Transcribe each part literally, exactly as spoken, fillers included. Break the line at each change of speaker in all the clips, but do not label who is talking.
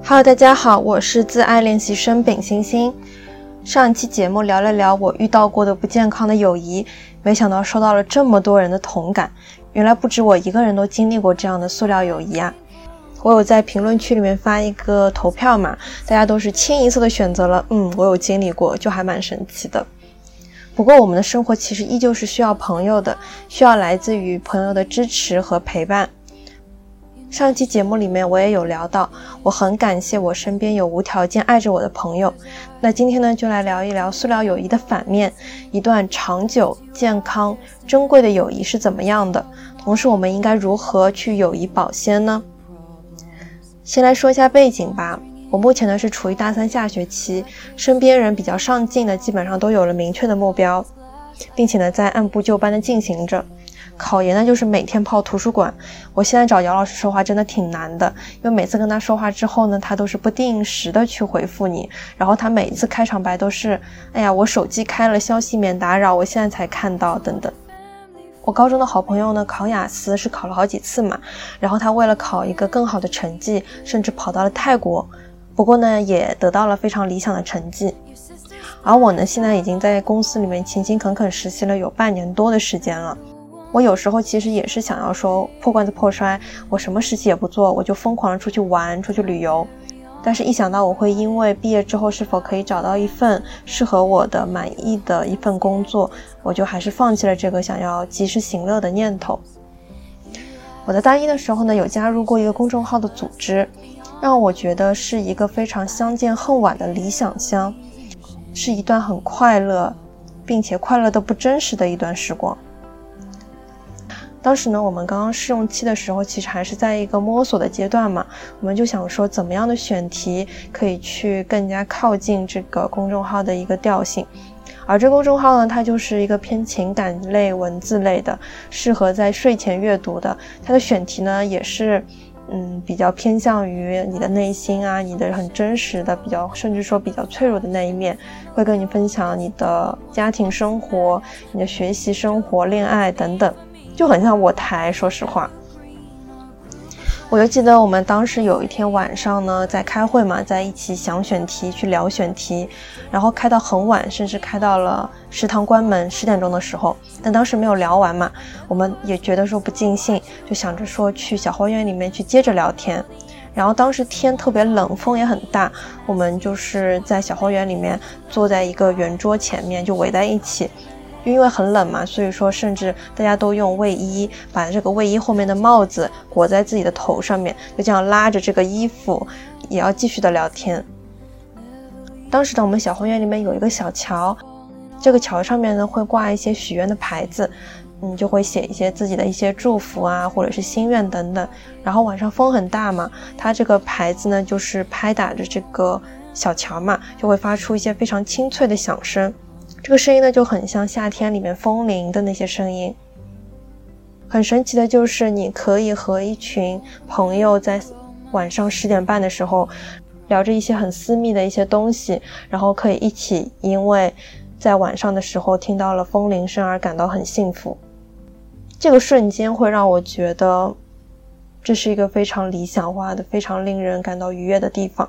Hello， 大家好，我是自爱练习生丙星星。上一期节目聊了聊我遇到过的不健康的友谊，没想到收到了这么多人的同感，原来不止我一个人都经历过这样的塑料友谊啊。我有在评论区里面发一个投票嘛，大家都是清一色的选择了嗯，我有经历过，就还蛮神奇的。不过我们的生活其实依旧是需要朋友的，需要来自于朋友的支持和陪伴。上期节目里面我也有聊到，我很感谢我身边有无条件爱着我的朋友。那今天呢，就来聊一聊塑料友谊的反面，一段长久、健康、珍贵的友谊是怎么样的，同时我们应该如何去友谊保鲜呢？先来说一下背景吧。我目前呢是处于大三下学期，身边人比较上进的基本上都有了明确的目标，并且呢在按部就班的进行着。考研呢就是每天泡图书馆，我现在找姚老师说话真的挺难的，因为每次跟他说话之后呢，他都是不定时的去回复你，然后他每一次开场白都是哎呀我手机开了消息免打扰，我现在才看到等等。我高中的好朋友呢考雅思是考了好几次嘛，然后他为了考一个更好的成绩，甚至跑到了泰国，不过呢也得到了非常理想的成绩。而我呢现在已经在公司里面勤勤恳恳实习了有半年多的时间了。我有时候其实也是想要说破罐子破摔，我什么实习也不做，我就疯狂的出去玩，出去旅游。但是一想到我会因为毕业之后是否可以找到一份适合我的满意的一份工作，我就还是放弃了这个想要及时行乐的念头。我在大一的时候呢，有加入过一个公众号的组织，让我觉得是一个非常相见恨晚的理想乡，是一段很快乐并且快乐的不真实的一段时光。当时呢，我们刚刚试用期的时候，其实还是在一个摸索的阶段嘛，我们就想说怎么样的选题可以去更加靠近这个公众号的一个调性。而这公众号呢，它就是一个偏情感类、文字类的，适合在睡前阅读的。它的选题呢，也是嗯比较偏向于你的内心啊，你的很真实的，比较甚至说比较脆弱的那一面，会跟你分享你的家庭生活、你的学习生活、恋爱等等。就很像我台，说实话。我就记得我们当时有一天晚上呢，在开会嘛，在一起想选题，去聊选题，然后开到很晚，甚至开到了食堂关门十点钟的时候。但当时没有聊完嘛，我们也觉得说不尽兴，就想着说去小花园里面去接着聊天。然后当时天特别冷，风也很大，我们就是在小花园里面坐在一个圆桌前面，就围在一起。因为很冷嘛，所以说甚至大家都用卫衣把这个卫衣后面的帽子裹在自己的头上面，就这样拉着这个衣服也要继续的聊天。当时呢，我们小花园里面有一个小桥，这个桥上面呢会挂一些许愿的牌子，嗯，就会写一些自己的一些祝福啊，或者是心愿等等。然后晚上风很大嘛，它这个牌子呢就是拍打着这个小桥嘛，就会发出一些非常清脆的响声。这个声音呢就很像夏天里面风铃的那些声音。很神奇的就是你可以和一群朋友在晚上十点半的时候聊着一些很私密的一些东西，然后可以一起因为在晚上的时候听到了风铃声而感到很幸福。这个瞬间会让我觉得这是一个非常理想化的、非常令人感到愉悦的地方。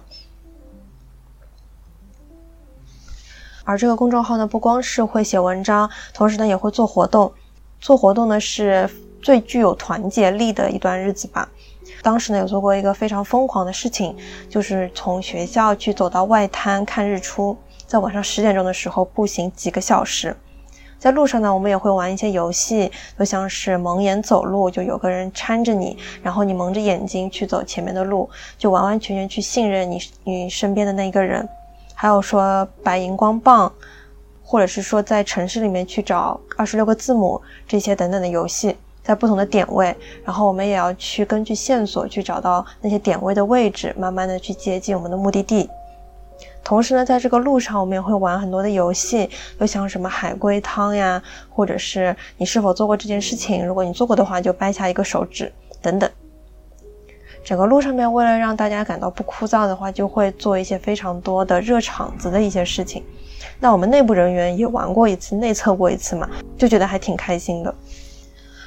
而这个公众号呢，不光是会写文章，同时呢也会做活动。做活动呢是最具有团结力的一段日子吧。当时呢有做过一个非常疯狂的事情，就是从学校去走到外滩看日出，在晚上十点钟的时候步行几个小时。在路上呢，我们也会玩一些游戏，就像是蒙眼走路，就有个人搀着你，然后你蒙着眼睛去走前面的路，就完完全全去信任你你身边的那个人。还有说白荧光棒，或者是说在城市里面去找二十六个字母，这些等等的游戏，在不同的点位，然后我们也要去根据线索去找到那些点位的位置，慢慢的去接近我们的目的地。同时呢，在这个路上我们也会玩很多的游戏，就像什么海龟汤呀，或者是你是否做过这件事情，如果你做过的话就掰下一个手指等等。整个路上面为了让大家感到不枯燥的话，就会做一些非常多的热场子的一些事情。那我们内部人员也玩过一次，内测过一次嘛，就觉得还挺开心的。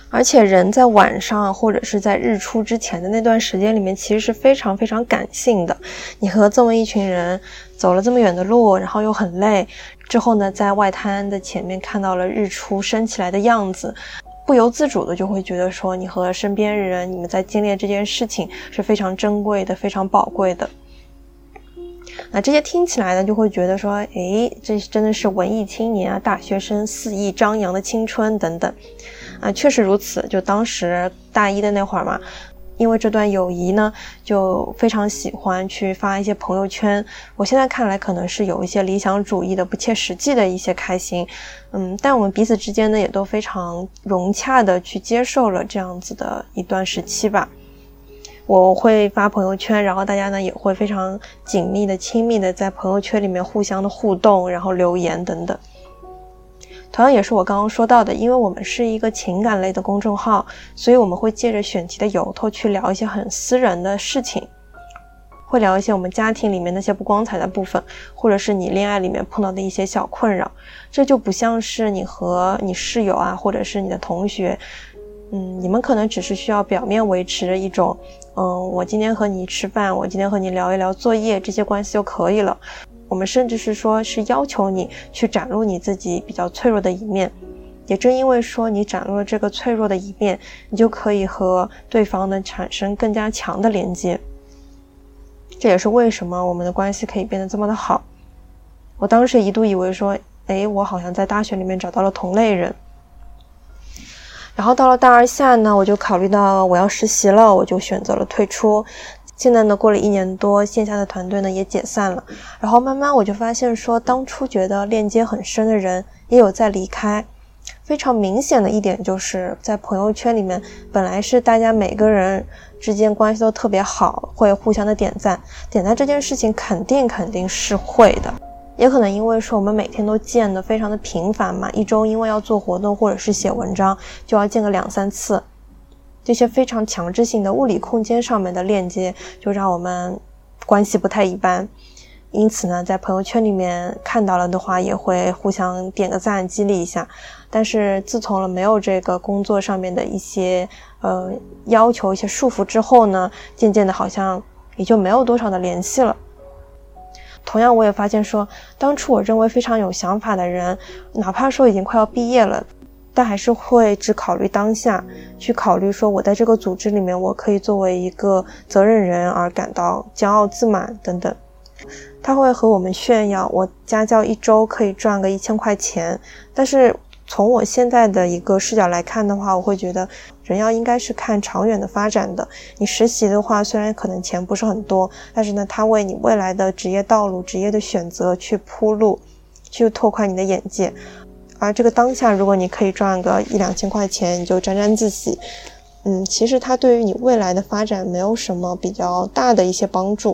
而且人在晚上或者是在日出之前的那段时间里面，其实是非常非常感性的。你和这么一群人走了这么远的路，然后又很累，之后呢，在外滩的前面看到了日出升起来的样子，不由自主的就会觉得说，你和身边人，你们在经历这件事情是非常珍贵的，非常宝贵的。那这些听起来呢，就会觉得说，诶，这真的是文艺青年啊，大学生肆意张扬的青春等等。啊，确实如此。就当时大一的那会儿嘛，因为这段友谊呢，就非常喜欢去发一些朋友圈。我现在看来可能是有一些理想主义的、不切实际的一些开心，嗯，但我们彼此之间呢，也都非常融洽的去接受了这样子的一段时期吧。我会发朋友圈，然后大家呢也会非常紧密的、亲密的在朋友圈里面互相的互动，然后留言等等。同样也是我刚刚说到的，因为我们是一个情感类的公众号，所以我们会借着选题的由头去聊一些很私人的事情，会聊一些我们家庭里面那些不光彩的部分，或者是你恋爱里面碰到的一些小困扰。这就不像是你和你室友啊，或者是你的同学，嗯，你们可能只是需要表面维持着一种，嗯，我今天和你吃饭，我今天和你聊一聊作业，这些关系就可以了。我们甚至是说是要求你去展露你自己比较脆弱的一面，也正因为说你展露了这个脆弱的一面，你就可以和对方呢产生更加强的连接。这也是为什么我们的关系可以变得这么的好。我当时一度以为说，诶，我好像在大学里面找到了同类人。然后到了大二下呢，我就考虑到我要实习了，我就选择了退出。现在呢，过了一年多，线下的团队呢也解散了，然后慢慢我就发现说，当初觉得链接很深的人也有在离开。非常明显的一点就是在朋友圈里面，本来是大家每个人之间关系都特别好，会互相的点赞，点赞这件事情肯定肯定是会的。也可能因为说我们每天都见得非常的频繁嘛，一周因为要做活动或者是写文章，就要见个两三次。这些非常强制性的物理空间上面的链接，就让我们关系不太一般。因此呢，在朋友圈里面看到了的话，也会互相点个赞，激励一下。但是自从了没有这个工作上面的一些呃要求、一些束缚之后呢，渐渐的好像也就没有多少的联系了。同样我也发现说，当初我认为非常有想法的人，哪怕说已经快要毕业了，但还是会只考虑当下，去考虑说我在这个组织里面我可以作为一个责任人而感到骄傲自满等等。他会和我们炫耀我家教一周可以赚个一千块钱，但是从我现在的一个视角来看的话，我会觉得人要应该是看长远的发展的。你实习的话，虽然可能钱不是很多，但是呢，它为你未来的职业道路、职业的选择去铺路，去拓宽你的眼界。而这个当下，如果你可以赚个一两千块钱，你就沾沾自喜，嗯，其实它对于你未来的发展没有什么比较大的一些帮助。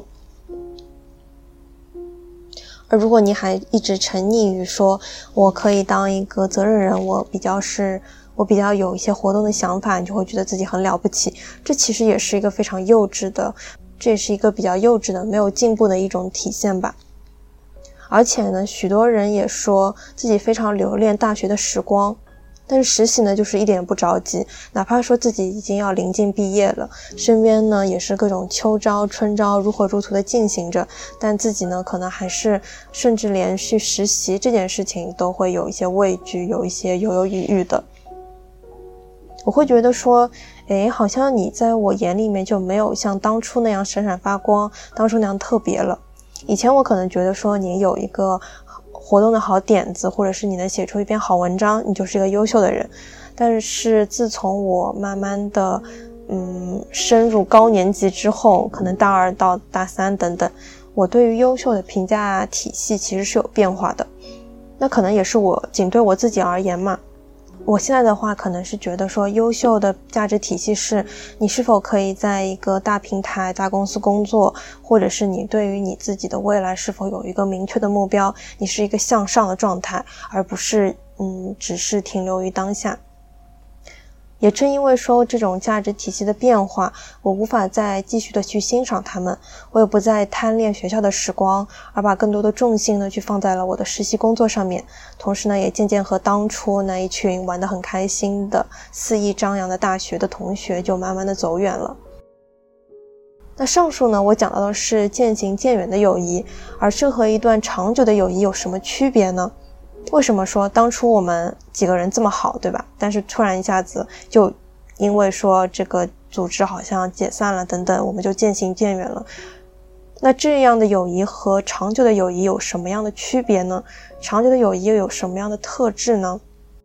而如果你还一直沉溺于说我可以当一个责任人，我比较是我比较有一些活动的想法，你就会觉得自己很了不起。这其实也是一个非常幼稚的，这也是一个比较幼稚的没有进步的一种体现吧。而且呢，许多人也说自己非常留恋大学的时光，但是实习呢就是一点也不着急，哪怕说自己已经要临近毕业了，身边呢也是各种秋招春招如火如荼的进行着，但自己呢可能还是甚至连续实习这件事情都会有一些畏惧，有一些犹犹豫豫的。我会觉得说，诶，好像你在我眼里面就没有像当初那样闪闪发光，当初那样特别了。以前我可能觉得说你有一个活动的好点子，或者是你能写出一篇好文章，你就是一个优秀的人。但是自从我慢慢的嗯深入高年级之后，可能大二到大三等等，我对于优秀的评价体系其实是有变化的。那可能也是我仅对我自己而言嘛。我现在的话可能是觉得说，优秀的价值体系是你是否可以在一个大平台大公司工作，或者是你对于你自己的未来是否有一个明确的目标，你是一个向上的状态，而不是嗯只是停留于当下。 也正因为说这种价值体系的变化，我无法再继续的去欣赏他们，我也不再贪恋学校的时光，而把更多的重心呢去放在了我的实习工作上面。同时呢，也渐渐和当初那一群玩得很开心的肆意张扬的大学的同学就慢慢的走远了。那上述呢，我讲到的是渐行渐远的友谊，而这和一段长久的友谊有什么区别呢？为什么说当初我们几个人这么好，对吧？但是突然一下子就因为说这个组织好像解散了等等，我们就渐行渐远了。那这样的友谊和长久的友谊有什么样的区别呢？长久的友谊又有什么样的特质呢？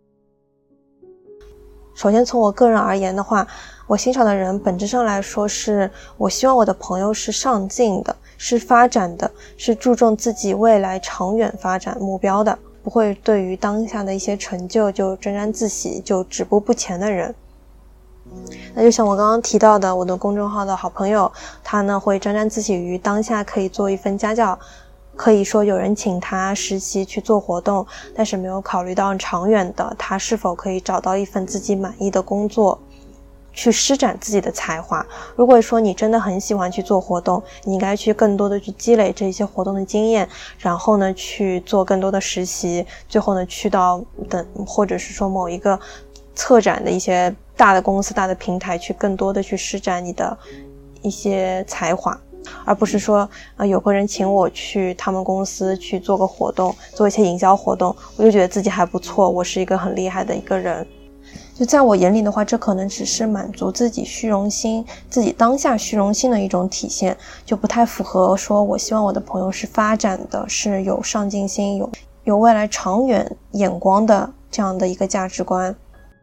首先从我个人而言的话，我欣赏的人本质上来说是我希望我的朋友是上进的，是发展的，是注重自己未来长远发展目标的，不会对于当下的一些成就就沾沾自喜，就止步不前的人。那就像我刚刚提到的，我的公众号的好朋友，他呢会沾沾自喜于当下可以做一份家教，可以说有人请他实习去做活动，但是没有考虑到长远的他是否可以找到一份自己满意的工作，去施展自己的才华。如果说你真的很喜欢去做活动，你应该去更多的去积累这些活动的经验，然后呢去做更多的实习，最后呢去到等或者是说某一个策展的一些大的公司大的平台去更多的去施展你的一些才华，而不是说呃有个人请我去他们公司去做个活动，做一些营销活动，我就觉得自己还不错，我是一个很厉害的一个人。就在我眼里的话，这可能只是满足自己虚荣心，自己当下虚荣心的一种体现，就不太符合说我希望我的朋友是发展的，是有上进心，有有未来长远眼光的这样的一个价值观。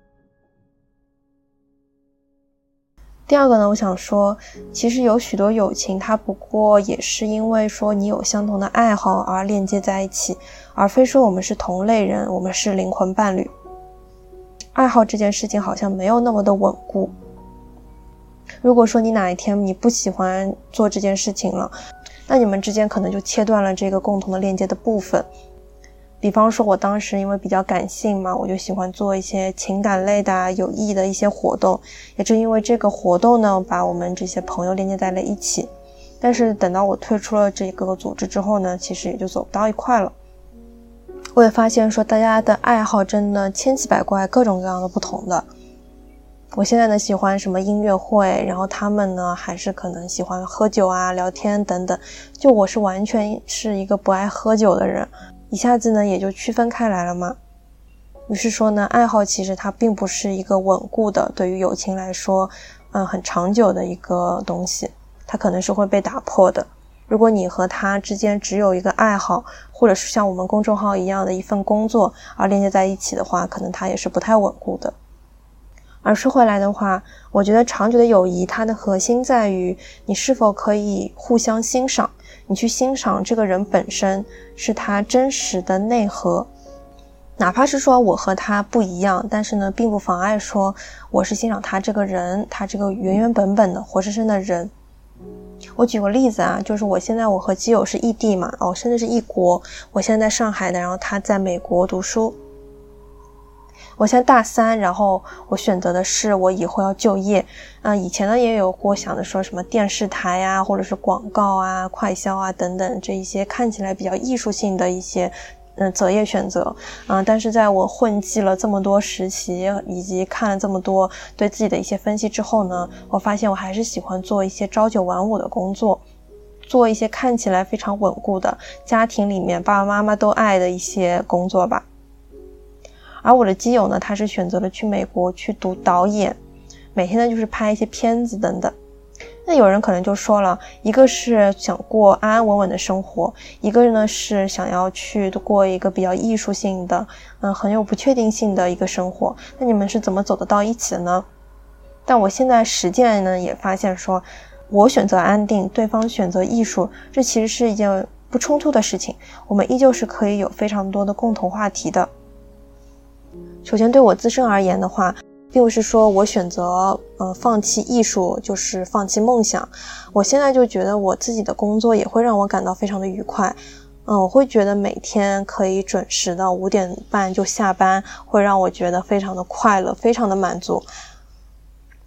第二个呢，我想说，其实有许多友情它不过也是因为说你有相同的爱好而链接在一起，而非说我们是同类人，我们是灵魂伴侣。爱好这件事情好像没有那么的稳固，如果说你哪一天你不喜欢做这件事情了，那你们之间可能就切断了这个共同的链接的部分。比方说我当时因为比较感性嘛，我就喜欢做一些情感类的有意义的一些活动，也正因为这个活动呢，把我们这些朋友链接在了一起。但是等到我退出了这个组织之后呢，其实也就走不到一块了。我也发现说大家的爱好真的千奇百怪，各种各样的不同的。我现在呢喜欢什么音乐会，然后他们呢还是可能喜欢喝酒啊聊天等等，就我是完全是一个不爱喝酒的人，一下子呢也就区分开来了嘛。于是说呢，爱好其实它并不是一个稳固的，对于友情来说嗯，很长久的一个东西，它可能是会被打破的。如果你和他之间只有一个爱好，或者是像我们公众号一样的一份工作而连接在一起的话，可能它也是不太稳固的。而说回来的话，我觉得长久的友谊它的核心在于你是否可以互相欣赏，你去欣赏这个人本身，是他真实的内核。哪怕是说我和他不一样，但是呢并不妨碍说我是欣赏他这个人，他这个原原本本的活生生的人。我举个例子啊，就是我现在我和基友是异地嘛，哦，甚至是异国。我现在在上海的，然后他在美国读书。我现在大三，然后我选择的是我以后要就业。嗯、呃，以前呢也有过想着说什么电视台啊，或者是广告啊、快销啊等等这一些看起来比较艺术性的一些嗯择业选择。嗯、呃，但是在我混迹了这么多实习，以及看了这么多对自己的一些分析之后呢，我发现我还是喜欢做一些朝九晚五的工作，做一些看起来非常稳固的家庭里面爸爸妈妈都爱的一些工作吧。而我的基友呢，他是选择了去美国去读导演，每天呢就是拍一些片子等等。那有人可能就说了，一个是想过安安稳稳的生活，一个呢是想要去过一个比较艺术性的嗯，很有不确定性的一个生活，那你们是怎么走得到一起的呢？但我现在实践呢也发现说，我选择安定，对方选择艺术，这其实是一件不冲突的事情，我们依旧是可以有非常多的共同话题的。首先对我自身而言的话，并不是说我选择呃放弃艺术就是放弃梦想。我现在就觉得我自己的工作也会让我感到非常的愉快。嗯，我会觉得每天可以准时的五点半就下班，会让我觉得非常的快乐，非常的满足。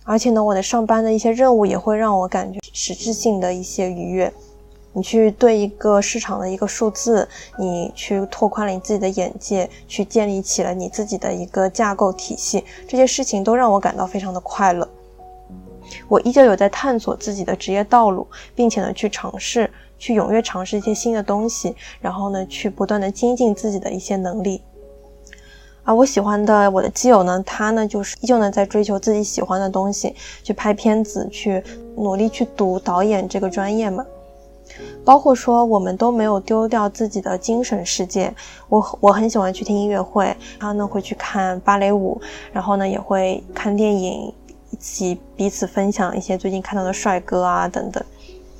而且呢，我的上班的一些任务也会让我感觉实质性的一些愉悦。你去对一个市场的一个数字，你去拓宽了你自己的眼界，去建立起了你自己的一个架构体系，这些事情都让我感到非常的快乐。我依旧有在探索自己的职业道路，并且呢去尝试去踊跃尝试一些新的东西，然后呢去不断的精进自己的一些能力。而我喜欢的我的基友呢，他呢就是依旧呢在追求自己喜欢的东西，去拍片子，去努力去读导演这个专业嘛。包括说我们都没有丢掉自己的精神世界，我我很喜欢去听音乐会，他呢会去看芭蕾舞，然后呢也会看电影，一起彼此分享一些最近看到的帅哥啊等等。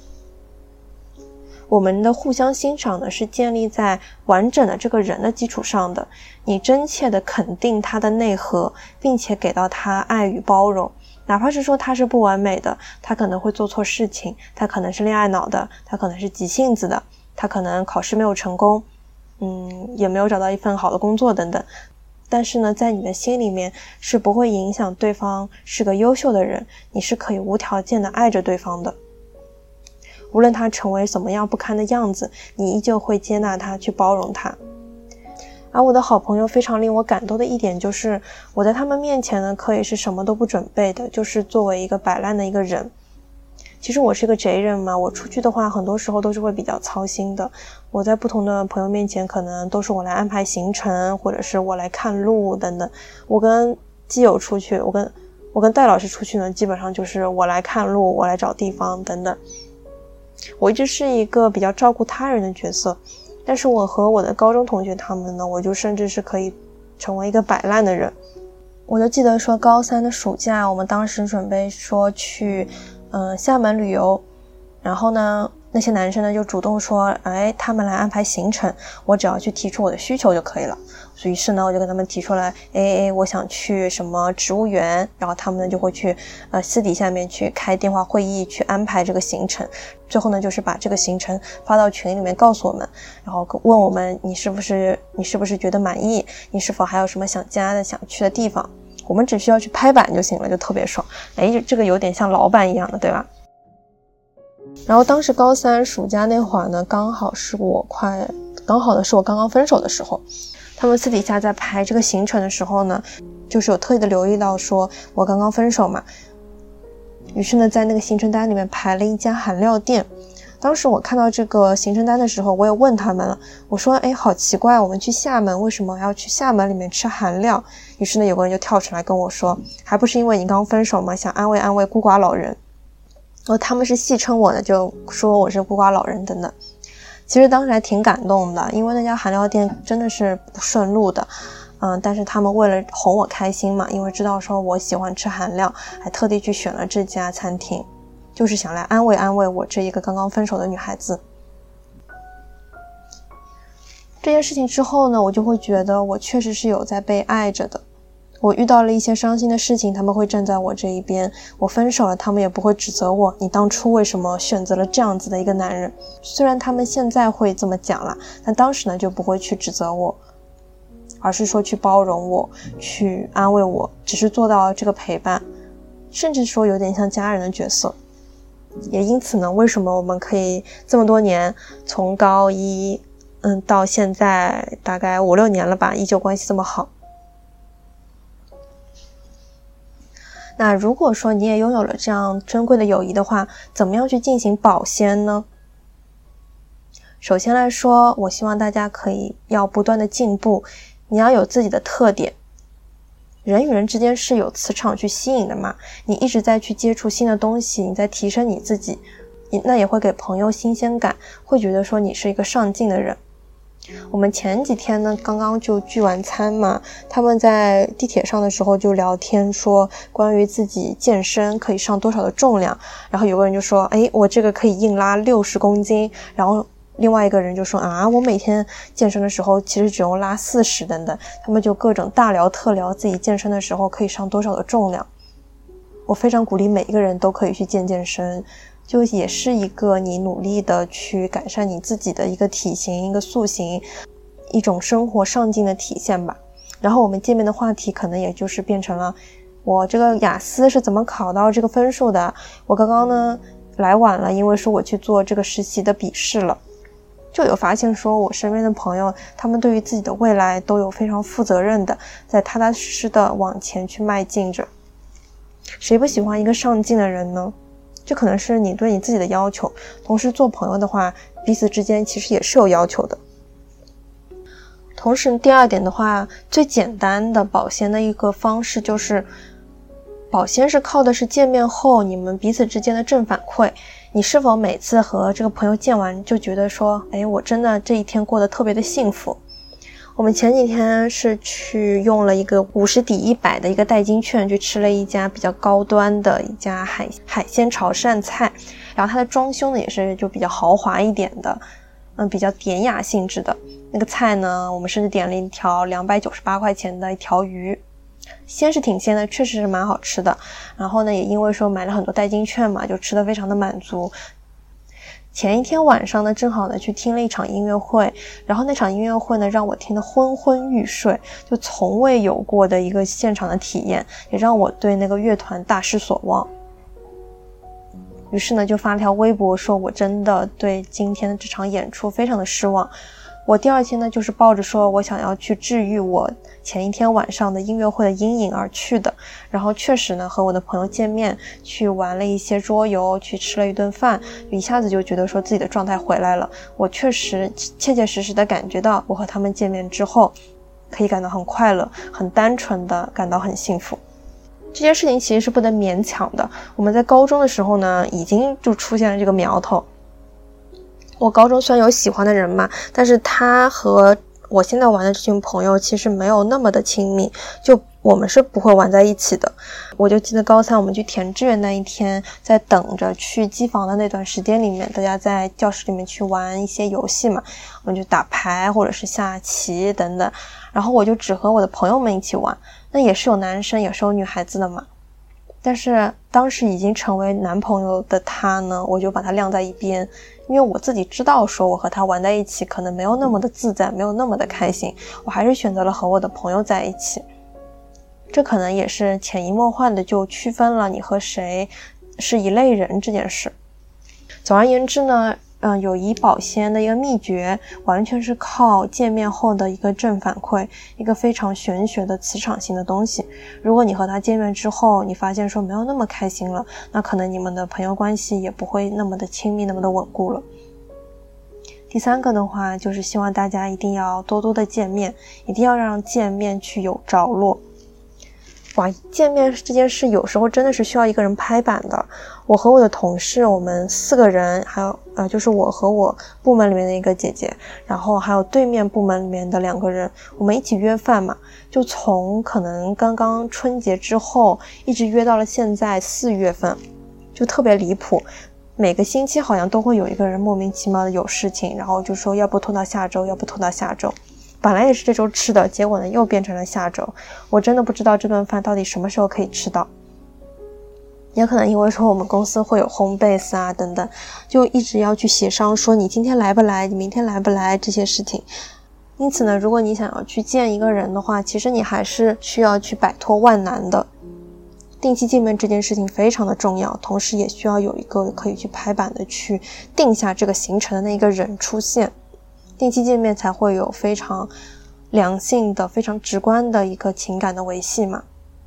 我们的互相欣赏呢是建立在完整的这个人的基础上的，你真切的肯定他的内核，并且给到他爱与包容，哪怕是说他是不完美的，他可能会做错事情，他可能是恋爱脑的，他可能是急性子的，他可能考试没有成功，嗯，也没有找到一份好的工作等等。但是呢，在你的心里面是不会影响对方是个优秀的人，你是可以无条件的爱着对方的。无论他成为什么样不堪的样子，你依旧会接纳他，去包容他。而我的好朋友非常令我感动的一点就是，我在他们面前呢，可以是什么都不准备的，就是作为一个摆烂的一个人。其实我是个贼人嘛，我出去的话很多时候都是会比较操心的。我在不同的朋友面前可能都是我来安排行程，或者是我来看路等等。我跟基友出去，我跟我跟戴老师出去呢，基本上就是我来看路，我来找地方等等。我一直是一个比较照顾他人的角色，但是我和我的高中同学他们呢，我就甚至是可以成为一个摆烂的人。我就记得说高三的暑假，我们当时准备说去呃厦门旅游，然后呢那些男生呢就主动说，哎，他们来安排行程，我只要去提出我的需求就可以了。所以是呢，我就跟他们提出来，哎哎，我想去什么植物园，然后他们呢就会去呃私底下面去开电话会议，去安排这个行程。最后呢，就是把这个行程发到群里面告诉我们，然后问我们你是不是你是不是觉得满意，你是否还有什么想加的想去的地方，我们只需要去拍板就行了，就特别爽。哎，这个有点像老板一样的，对吧？然后当时高三暑假那会儿呢，刚好是我快刚好的是我刚刚分手的时候。他们私底下在排这个行程的时候呢，就是有特意的留意到说我刚刚分手嘛，于是呢在那个行程单里面排了一家韩料店。当时我看到这个行程单的时候，我也问他们了，我说哎，好奇怪，我们去厦门为什么要去厦门里面吃韩料？于是呢有个人就跳出来跟我说，还不是因为你刚分手吗，想安慰安慰孤寡老人。然后他们是戏称我的，就说我是孤寡老人等等。其实当时还挺感动的，因为那家韩料店真的是不顺路的，嗯，但是他们为了哄我开心嘛，因为知道说我喜欢吃韩料，还特地去选了这家餐厅，就是想来安慰安慰我这一个刚刚分手的女孩子。这件事情之后呢，我就会觉得我确实是有在被爱着的。我遇到了一些伤心的事情，他们会站在我这一边，我分手了，他们也不会指责我，你当初为什么选择了这样子的一个男人。虽然他们现在会这么讲啦，但当时呢就不会去指责我，而是说去包容我，去安慰我，只是做到这个陪伴，甚至说有点像家人的角色。也因此呢，为什么我们可以这么多年，从高一嗯到现在大概五六年了吧，依旧关系这么好。那如果说你也拥有了这样珍贵的友谊的话，怎么样去进行保鲜呢？首先来说，我希望大家可以要不断的进步，你要有自己的特点。人与人之间是有磁场去吸引的嘛，你一直在去接触新的东西，你在提升你自己，那也会给朋友新鲜感，会觉得说你是一个上进的人。我们前几天呢刚刚就聚完餐嘛，他们在地铁上的时候就聊天说关于自己健身可以上多少的重量，然后有个人就说诶，我这个可以硬拉六十公斤，然后另外一个人就说啊，我每天健身的时候其实只用拉四十等等，他们就各种大聊特聊自己健身的时候可以上多少的重量。我非常鼓励每一个人都可以去健健身，就也是一个你努力的去改善你自己的一个体型，一个塑形，一种生活上进的体现吧。然后我们见面的话题可能也就是变成了我这个雅思是怎么考到这个分数的，我刚刚呢来晚了，因为说我去做这个实习的笔试了。就有发现说我身边的朋友，他们对于自己的未来都有非常负责任的，在踏踏实实的往前去迈进着。谁不喜欢一个上进的人呢？这可能是你对你自己的要求，同时做朋友的话，彼此之间其实也是有要求的。同时第二点的话，最简单的保鲜的一个方式就是保鲜是靠的是见面后你们彼此之间的正反馈。你是否每次和这个朋友见完就觉得说，哎，我真的这一天过得特别的幸福。我们前几天是去用了一个五十抵一百的一个代金券，去吃了一家比较高端的一家海海鲜潮汕菜，然后它的装修呢也是就比较豪华一点的，嗯，比较典雅性质的。那个菜呢，我们甚至点了一条两百九十八块钱的一条鱼，鲜是挺鲜的，确实是蛮好吃的。然后呢，也因为说买了很多代金券嘛，就吃得非常的满足。前一天晚上呢，正好呢去听了一场音乐会，然后那场音乐会呢让我听得昏昏欲睡，就从未有过的一个现场的体验，也让我对那个乐团大失所望。于是呢就发了条微博说，我真的对今天的这场演出非常的失望。我第二天呢就是抱着说我想要去治愈我前一天晚上的音乐会的阴影而去的，然后确实呢和我的朋友见面，去玩了一些桌游，去吃了一顿饭，一下子就觉得说自己的状态回来了。我确实切切实实的感觉到我和他们见面之后可以感到很快乐，很单纯的感到很幸福。这件事情其实是不能勉强的，我们在高中的时候呢已经就出现了这个苗头。我高中虽然有喜欢的人嘛，但是他和我现在玩的这群朋友其实没有那么的亲密，就我们是不会玩在一起的。我就记得高三我们去填志愿那一天，在等着去机房的那段时间里面，大家在教室里面去玩一些游戏嘛，我们就打牌或者是下棋等等，然后我就只和我的朋友们一起玩，那也是有男生也是有女孩子的嘛。但是当时已经成为男朋友的他呢，我就把他晾在一边，因为我自己知道说我和他玩在一起可能没有那么的自在，没有那么的开心，我还是选择了和我的朋友在一起。这可能也是潜移默化的就区分了你和谁是一类人这件事。总而言之呢，嗯，友谊保鲜的一个秘诀完全是靠见面后的一个正反馈，一个非常玄学的磁场性的东西。如果你和他见面之后你发现说没有那么开心了，那可能你们的朋友关系也不会那么的亲密，那么的稳固了。第三个的话就是希望大家一定要多多的见面，一定要让见面去有着落。哇，见面这件事有时候真的是需要一个人拍板的。我和我的同事，我们四个人，还有呃，就是我和我部门里面的一个姐姐，然后还有对面部门里面的两个人，我们一起约饭嘛，就从可能刚刚春节之后一直约到了现在四月份，就特别离谱。每个星期好像都会有一个人莫名其妙的有事情，然后就说要不拖到下周，要不拖到下周。本来也是这周吃的，结果呢又变成了下周。我真的不知道这顿饭到底什么时候可以吃到。也可能因为说我们公司会有 home base 啊等等，就一直要去协商说你今天来不来，你明天来不来这些事情。因此呢，如果你想要去见一个人的话，其实你还是需要去摆脱万难的。定期见面这件事情非常的重要，同时也需要有一个可以去拍板的去定下这个行程的那个人出现。定期见面才会有非常良性的、非常直观的一个情感的维系嘛。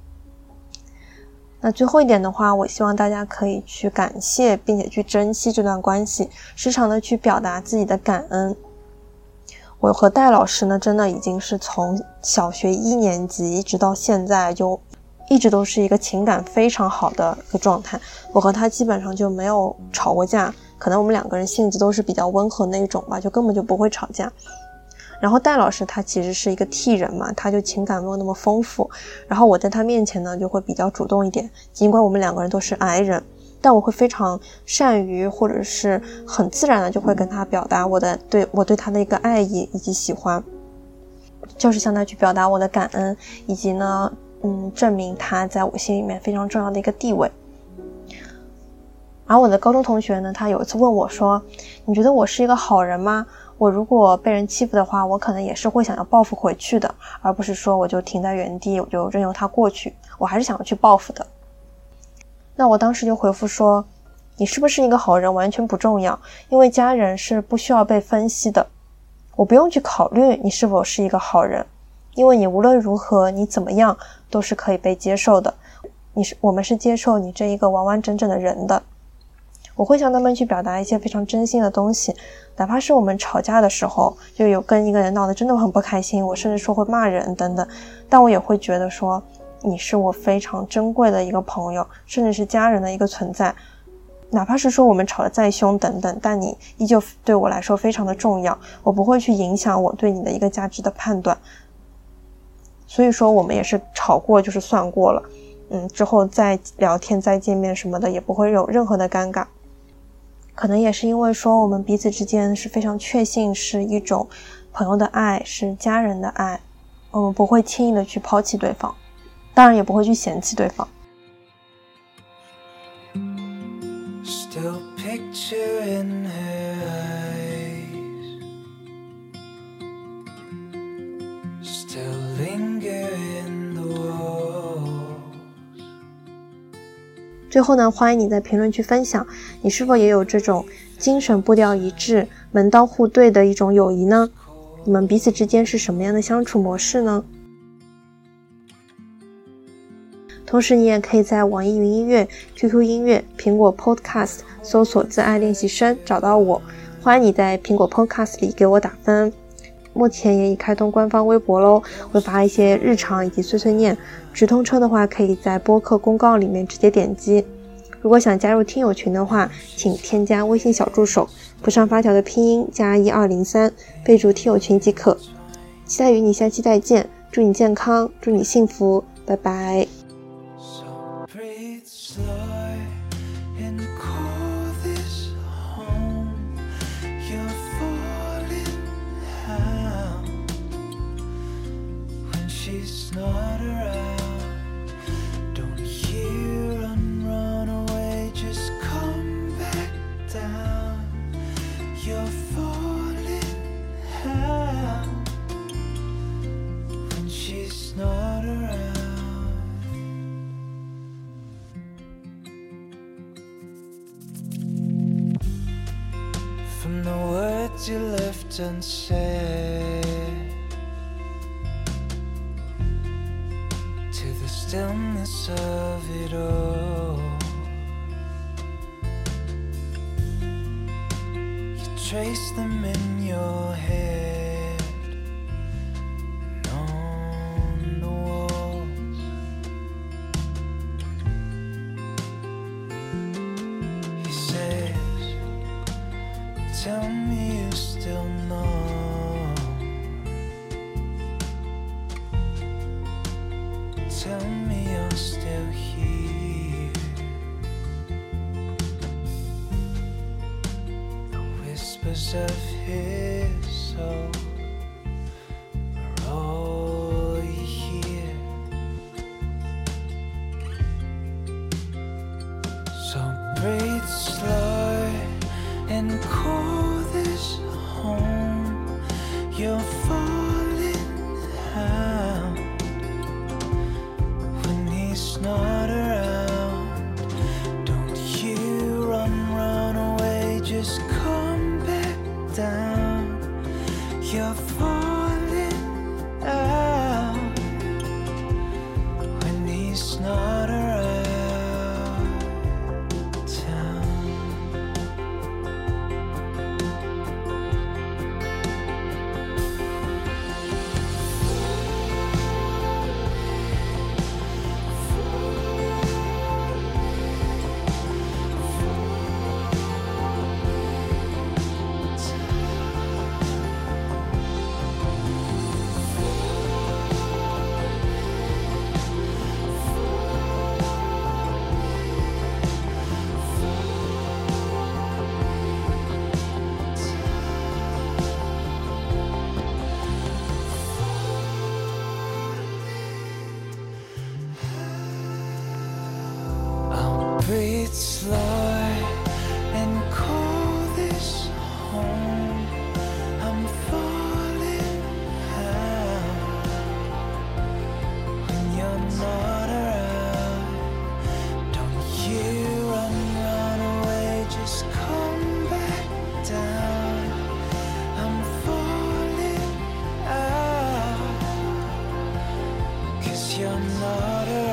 那最后一点的话，我希望大家可以去感谢并且去珍惜这段关系，时常的去表达自己的感恩。我和戴老师呢，真的已经是从小学一年级直到现在，就一直都是一个情感非常好的一个状态。我和他基本上就没有吵过架，可能我们两个人性子都是比较温和那种吧，就根本就不会吵架。然后戴老师他其实是一个 T 人嘛，他就情感没有那么丰富，然后我在他面前呢就会比较主动一点，尽管我们两个人都是 I 人，但我会非常善于或者是很自然的就会跟他表达我的对我对他的一个爱意以及喜欢，就是向他去表达我的感恩，以及呢嗯证明他在我心里面非常重要的一个地位。而我的高中同学呢，他有一次问我说，你觉得我是一个好人吗？我我如果被人欺负的话，我可能也是会想要报复回去的，而不是说我就停在原地，我就任由它过去，我还是想要去报复的。那我当时就回复说，你是不是一个好人完全不重要，因为家人是不需要被分析的，我不用去考虑你是否是一个好人，因为你无论如何，你怎么样都是可以被接受的，你是我们是接受你这一个完完整整的人的。我会向他们去表达一些非常真心的东西，哪怕是我们吵架的时候，就有跟一个人闹得真的很不开心，我甚至说会骂人等等，但我也会觉得说，你是我非常珍贵的一个朋友，甚至是家人的一个存在，哪怕是说我们吵得再凶等等，但你依旧对我来说非常的重要，我不会去影响我对你的一个价值的判断。所以说我们也是吵过就是算过了，嗯，之后再聊天再见面什么的也不会有任何的尴尬。可能也是因为说我们彼此之间是非常确信是一种朋友的爱，是家人的爱，我们不会轻易的去抛弃对方，当然也不会去嫌棄对方。Still picture in her eyes, still linger in the walls。 最后呢，欢迎你在评论区分享，你是否也有这种精神步调一致、门当户对的一种友谊呢？你们彼此之间是什么样的相处模式呢？同时你也可以在网易云音乐、Q Q 音乐、苹果 Podcast 搜索自爱练习生找到我，欢迎你在苹果 Podcast 里给我打分。目前也已开通官方微博咯，会发一些日常以及碎碎念，直通车的话可以在播客公告里面直接点击。如果想加入听友群的话，请添加微信小助手，不上发条的拼音加一二零三，备注听友群即可。期待与你下期再见，祝你健康，祝你幸福，拜拜。From the words you left unsaid to the stillness of it all, you trace them in your head and on the walls. He says, tell me you still know, tell me you're still here. The whispers of his soul are all you hear. So breathe slow and call this home. You're falling out when he's not around. Don't you run, run away, just come back down. You're falling out when he's not around. Breathe slow and call this home. I'm
'cause you're not